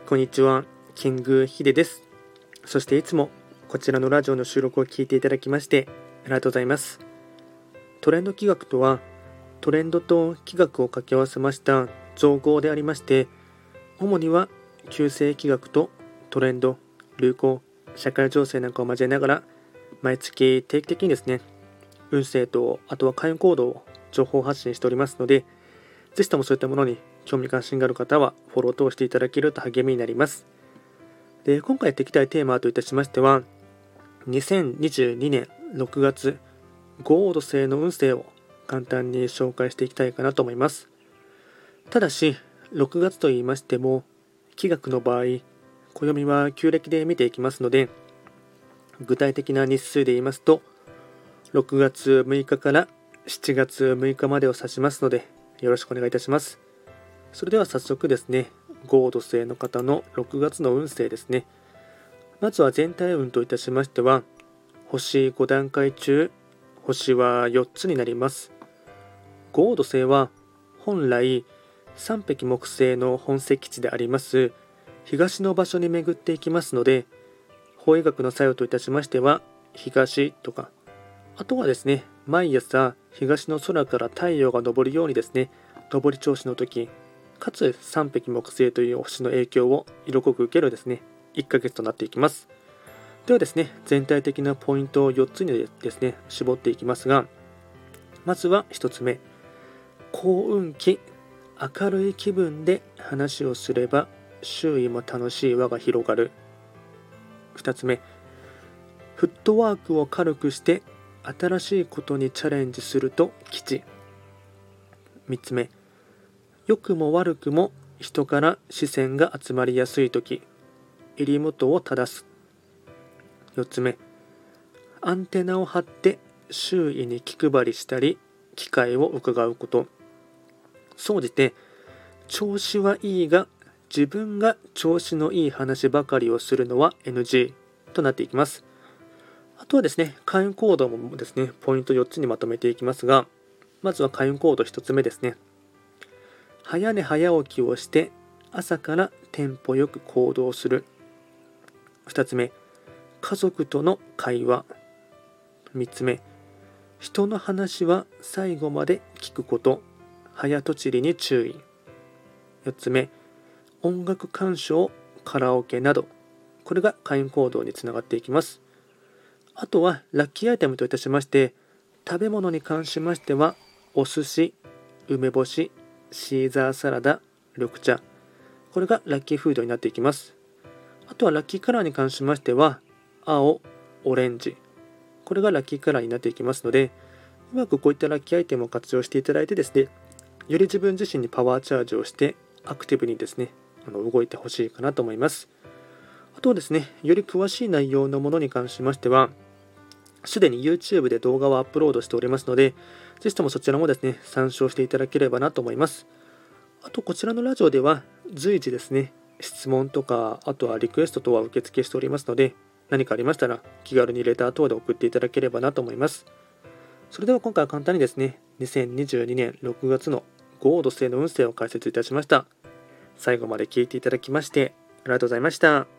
こんにちは、キングヒデです。そしていつもこちらのラジオの収録を聞いていただきましてありがとうございます。トレンド企画とは、トレンドと企画を掛け合わせました造語でありまして、主には旧世企画とトレンド、流行、社会情勢なんかを交えながら、毎月定期的にですね、運勢とあとは開運行動を情報発信しておりますので、ぜひともそういったものに興味関心がある方はフォローを通していただけると励みになります。で、今回やっていきたいテーマといたしましては、2022年6月豪土星の運勢を簡単に紹介していきたいかなと思います。ただし6月と言いましても、気学の場合暦は旧暦で見ていきますので、具体的な日数で言いますと6月6日から7月6日までを指しますので、よろしくお願いいたします。それでは早速ですね、豪土星の方の6月の運勢ですね。まずは全体運といたしましては、星5段階中星は4つになります。豪土星は本来三匹木星の本石地であります東の場所に巡っていきますので、法医学の作用といたしましては東とか、あとはですね、毎朝東の空から太陽が昇るようにですね、昇り調子の時、かつ三匹木星という星の影響を色濃く受けるですね、1ヶ月となっていきます。ではですね、全体的なポイントを4つにですね、絞っていきますが、まずは1つ目、幸運期、明るい気分で話をすれば周囲も楽しい輪が広がる。2つ目、フットワークを軽くして新しいことにチャレンジすると吉。3つ目、良くも悪くも人から視線が集まりやすいとき、襟元を正す。4つ目、アンテナを張って周囲に気配りしたり機会を伺うこと。総じて調子はいいが自分が調子のいい話ばかりをするのは NG となっていきます。あとはですね、開運行動もですね、ポイント4つにまとめていきますが、まずは開運行動1つ目ですね。早寝早起きをして朝からテンポよく行動する。2つ目、家族との会話。3つ目、人の話は最後まで聞くこと、早とちりに注意。4つ目、音楽鑑賞、カラオケなど、これが開運行動につながっていきます。あとはラッキーアイテムといたしまして、食べ物に関しましてはお寿司、梅干し、シーザーサラダ、緑茶、これがラッキーフードになっていきます。あとはラッキーカラーに関しましては青、オレンジ、これがラッキーカラーになっていきますので、うまくこういったラッキーアイテムを活用していただいてですね、より自分自身にパワーチャージをしてアクティブにですね、動いてほしいかなと思います。あとはですね、より詳しい内容のものに関しましては、すでに YouTube で動画をアップロードしておりますので、ぜひともそちらもですね、参照していただければなと思います。あとこちらのラジオでは随時ですね、質問とか、あとはリクエスト等は受付しておりますので、何かありましたら気軽にレター等で送っていただければなと思います。それでは今回は簡単にですね、2022年6月の豪土星の運勢を解説いたしました。最後まで聞いていただきましてありがとうございました。